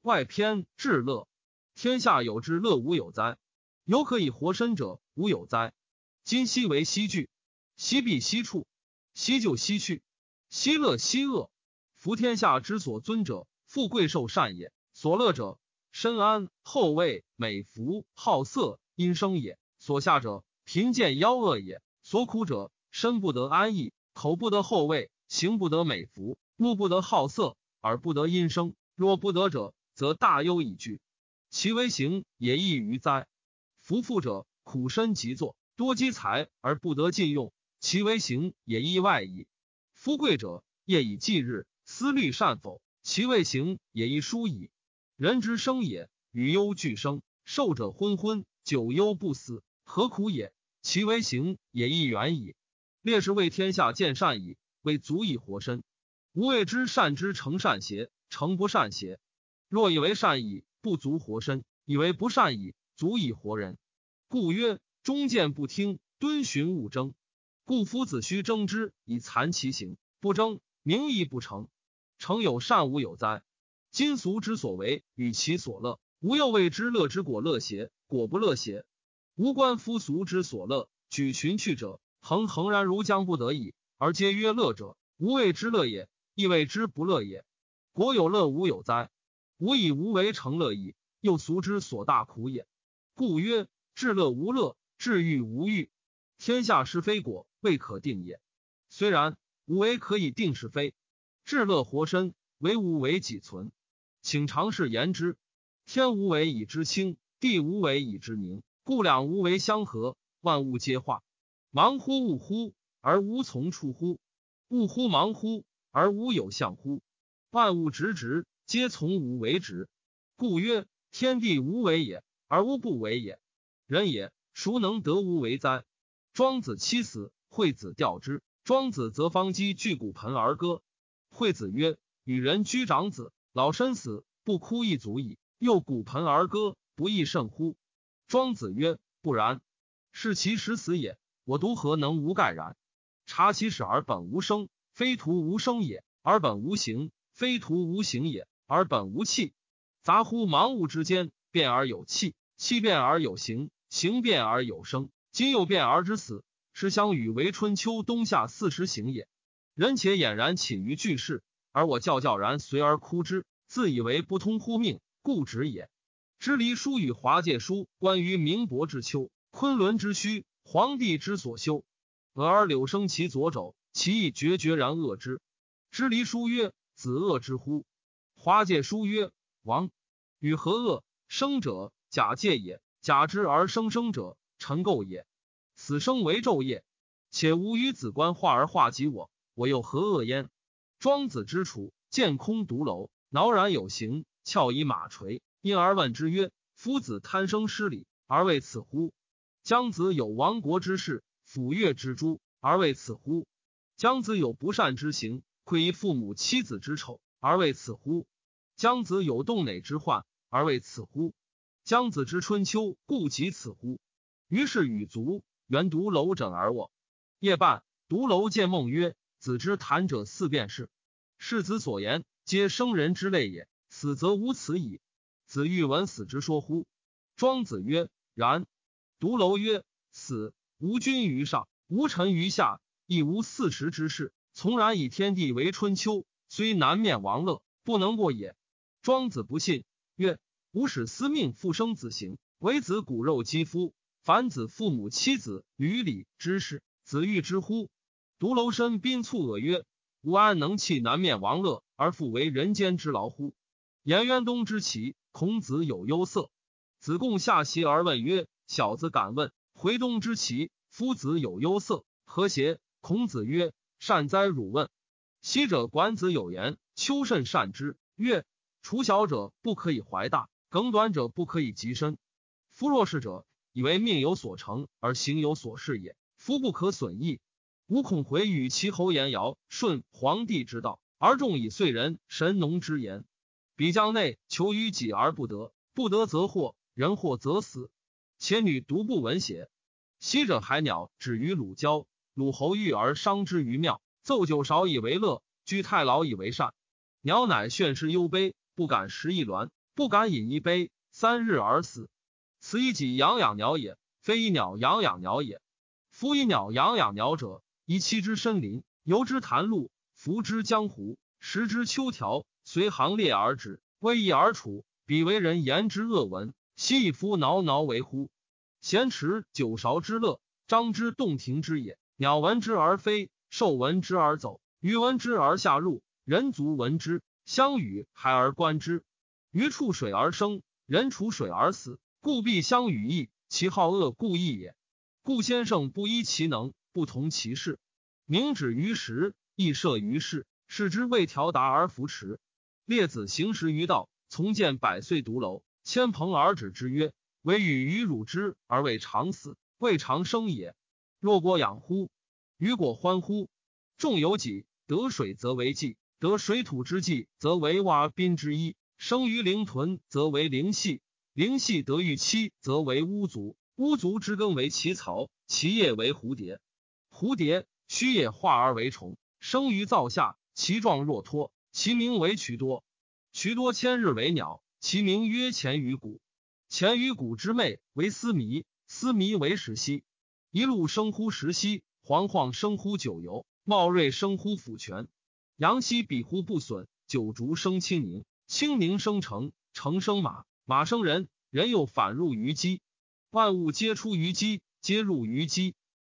外篇至乐。天下有之乐无有哉？有可以活身者，无有哉？今昔为昔聚，昔必昔处，昔就昔去，昔乐昔恶。夫天下之所尊者，富贵寿善也；所乐者，身安厚位美福好色阴生也；所下者，贫贱夭恶也；所苦者，身不得安逸，口不得厚位，行不得美福，目不得好色，耳不得阴声。若不得者，则大忧已惧。其为行也异于哉？夫富者，苦身极作，多积财而不得尽用，其为行也亦外矣。夫贵者，夜以继日，思虑善否，其为行也亦殊矣。人之生也，与忧俱生，寿者昏昏，久忧不死，何苦也？其为行也亦远矣。烈士为天下见善矣，为足以活身。吾谓之善之成善邪？成不善邪？若以为善矣，不足活身；以为不善矣，足以活人。故曰：忠谏不听，敦循勿争。故夫子须争之，以残其行；不争，名亦不成。成有善无有哉？今俗之所为，与其所乐，吾又谓之乐之果乐邪？果不乐邪？吾观夫俗之所乐，举群去者，恒然如将不得已，而皆曰乐者，吾谓之乐也，亦谓之不乐也。果有乐无有哉？吾以无为成乐矣，又俗之所大苦也。故曰：至乐无乐，至欲无欲。天下是非果，未可定也。虽然，无为可以定是非。至乐活身，唯无为己存。请尝试言之。天无为以知清，地无为以知明，故两无为相合，万物皆化。忙乎物乎，而无从处乎？物乎忙乎，而无有象乎？万物直，皆从无为直。故曰：天地无为也，而无不为也。人也，孰能得无为哉？庄子妻死，惠子吊之。庄子则方箕锯骨盆而歌。惠子曰：与人居长子，老身死，不哭亦足矣，又骨盆而歌，不亦甚乎？庄子曰：不然。是其实死也，我独何能无盖然？察其始而本无生，非徒无生也；而本无形，非徒无形也；而本无气。杂乎盲物之间，变而有气，气变而有形，形变而有生，今又变而之死，是相与为春秋冬夏40行也。人且俨然寝于巨室，而我教然随而哭之，自以为不通乎命，故止也。支离书与华介书关于明伯之秋，昆仑之虚，黄帝之所修。俄而柳生其左肘，其意决然恶之。支离书曰：子恶之乎？华介书曰：王与何恶？生者，假借也；假之而生者，陈构也。此生为昼夜，且吾与子观化而化及我，我又何恶焉？庄子之楚，见空独楼，挠然有形，翘以马垂，因而问之曰：夫子贪生失礼，而为此乎？姜子有亡国之事，抚越之诛，而为此乎？姜子有不善之行，愧于父母妻子之丑，而为此乎？姜子有动馁之患，而为此乎？姜子之春秋，故及此乎？于是与卒，原独楼枕而卧。夜半，独楼见梦曰：子之谈者四便是。世子所言，皆生人之类也，死则无此矣。子欲闻死之说乎？庄子曰：然。独楼曰：死，无君于上，无臣于下，亦无40之事，从然以天地为春秋，虽难免亡乐，不能过也。庄子不信，曰：吾使司命复生子行，为子骨肉肌肤，凡子父母妻子履礼之事，子欲之乎？独楼身宾蹙耳曰：吾安能弃南面王乐，而复为人间之劳乎？颜渊东之齐，孔子有忧色。子贡下席而问曰：小子敢问，回东之齐，夫子有忧色，何邪？孔子曰：善哉汝问。昔者管子有言，丘甚善之，曰：处小者不可以怀大，耿短者不可以及身。夫若是者，以为命有所成而行有所事也，夫不可损益。吾恐回与其侯言尧舜黄帝之道，而众以遂人神农之言。彼将内求于己而不得，不得则祸，人祸则死。且女独不闻邪？昔者海鸟止于鲁交，鲁侯遇而伤之于庙，奏酒少以为乐，居太牢以为善。鸟乃炫世忧悲，不敢食一鸾， 不敢饮一杯，3日而死。此一己养养鸟也，非一鸟养养鸟也。夫一鸟养养鸟者，以栖之深林，游之潭陆，浮之江湖，食之秋条，随行列而止，威仪而处。彼为人言之恶闻，悉以夫挠挠为乎？咸池酒勺之乐，张之洞庭之也。鸟闻之而飞，兽闻之而走，鱼闻之而下入，人足闻之，相与孩而观之。鱼触水而生，人处水而死，故必相与异，其好恶故异也。故先生不依其能，不同其事。明止于时，亦设于事，使之未调达而扶持。列子行时于道，从见百岁独楼，千朋而止之曰：唯与鱼辱之而未尝死，未尝生也。若果养乎？鱼果欢乎？众有己，得水则为纪，得水土之纪则为蛙宾之一，生于灵豚则为灵系，灵系得玉期则为乌足，乌足之根为其草，其叶为蝴蝶。蝴蝶须也化而为虫，生于灶下，其状若托，其名为渠多。渠多千日为鸟，其名曰潜鱼谷。潜鱼谷之妹为丝弥，丝弥为石溪。一路生乎石溪，惶惶生乎九游，茂瑞生乎府泉。阳溪比乎不损，九竹生青宁，青宁生成，成生马，马生人，人又反入于鸡。万物皆出于鸡，皆入于鸡。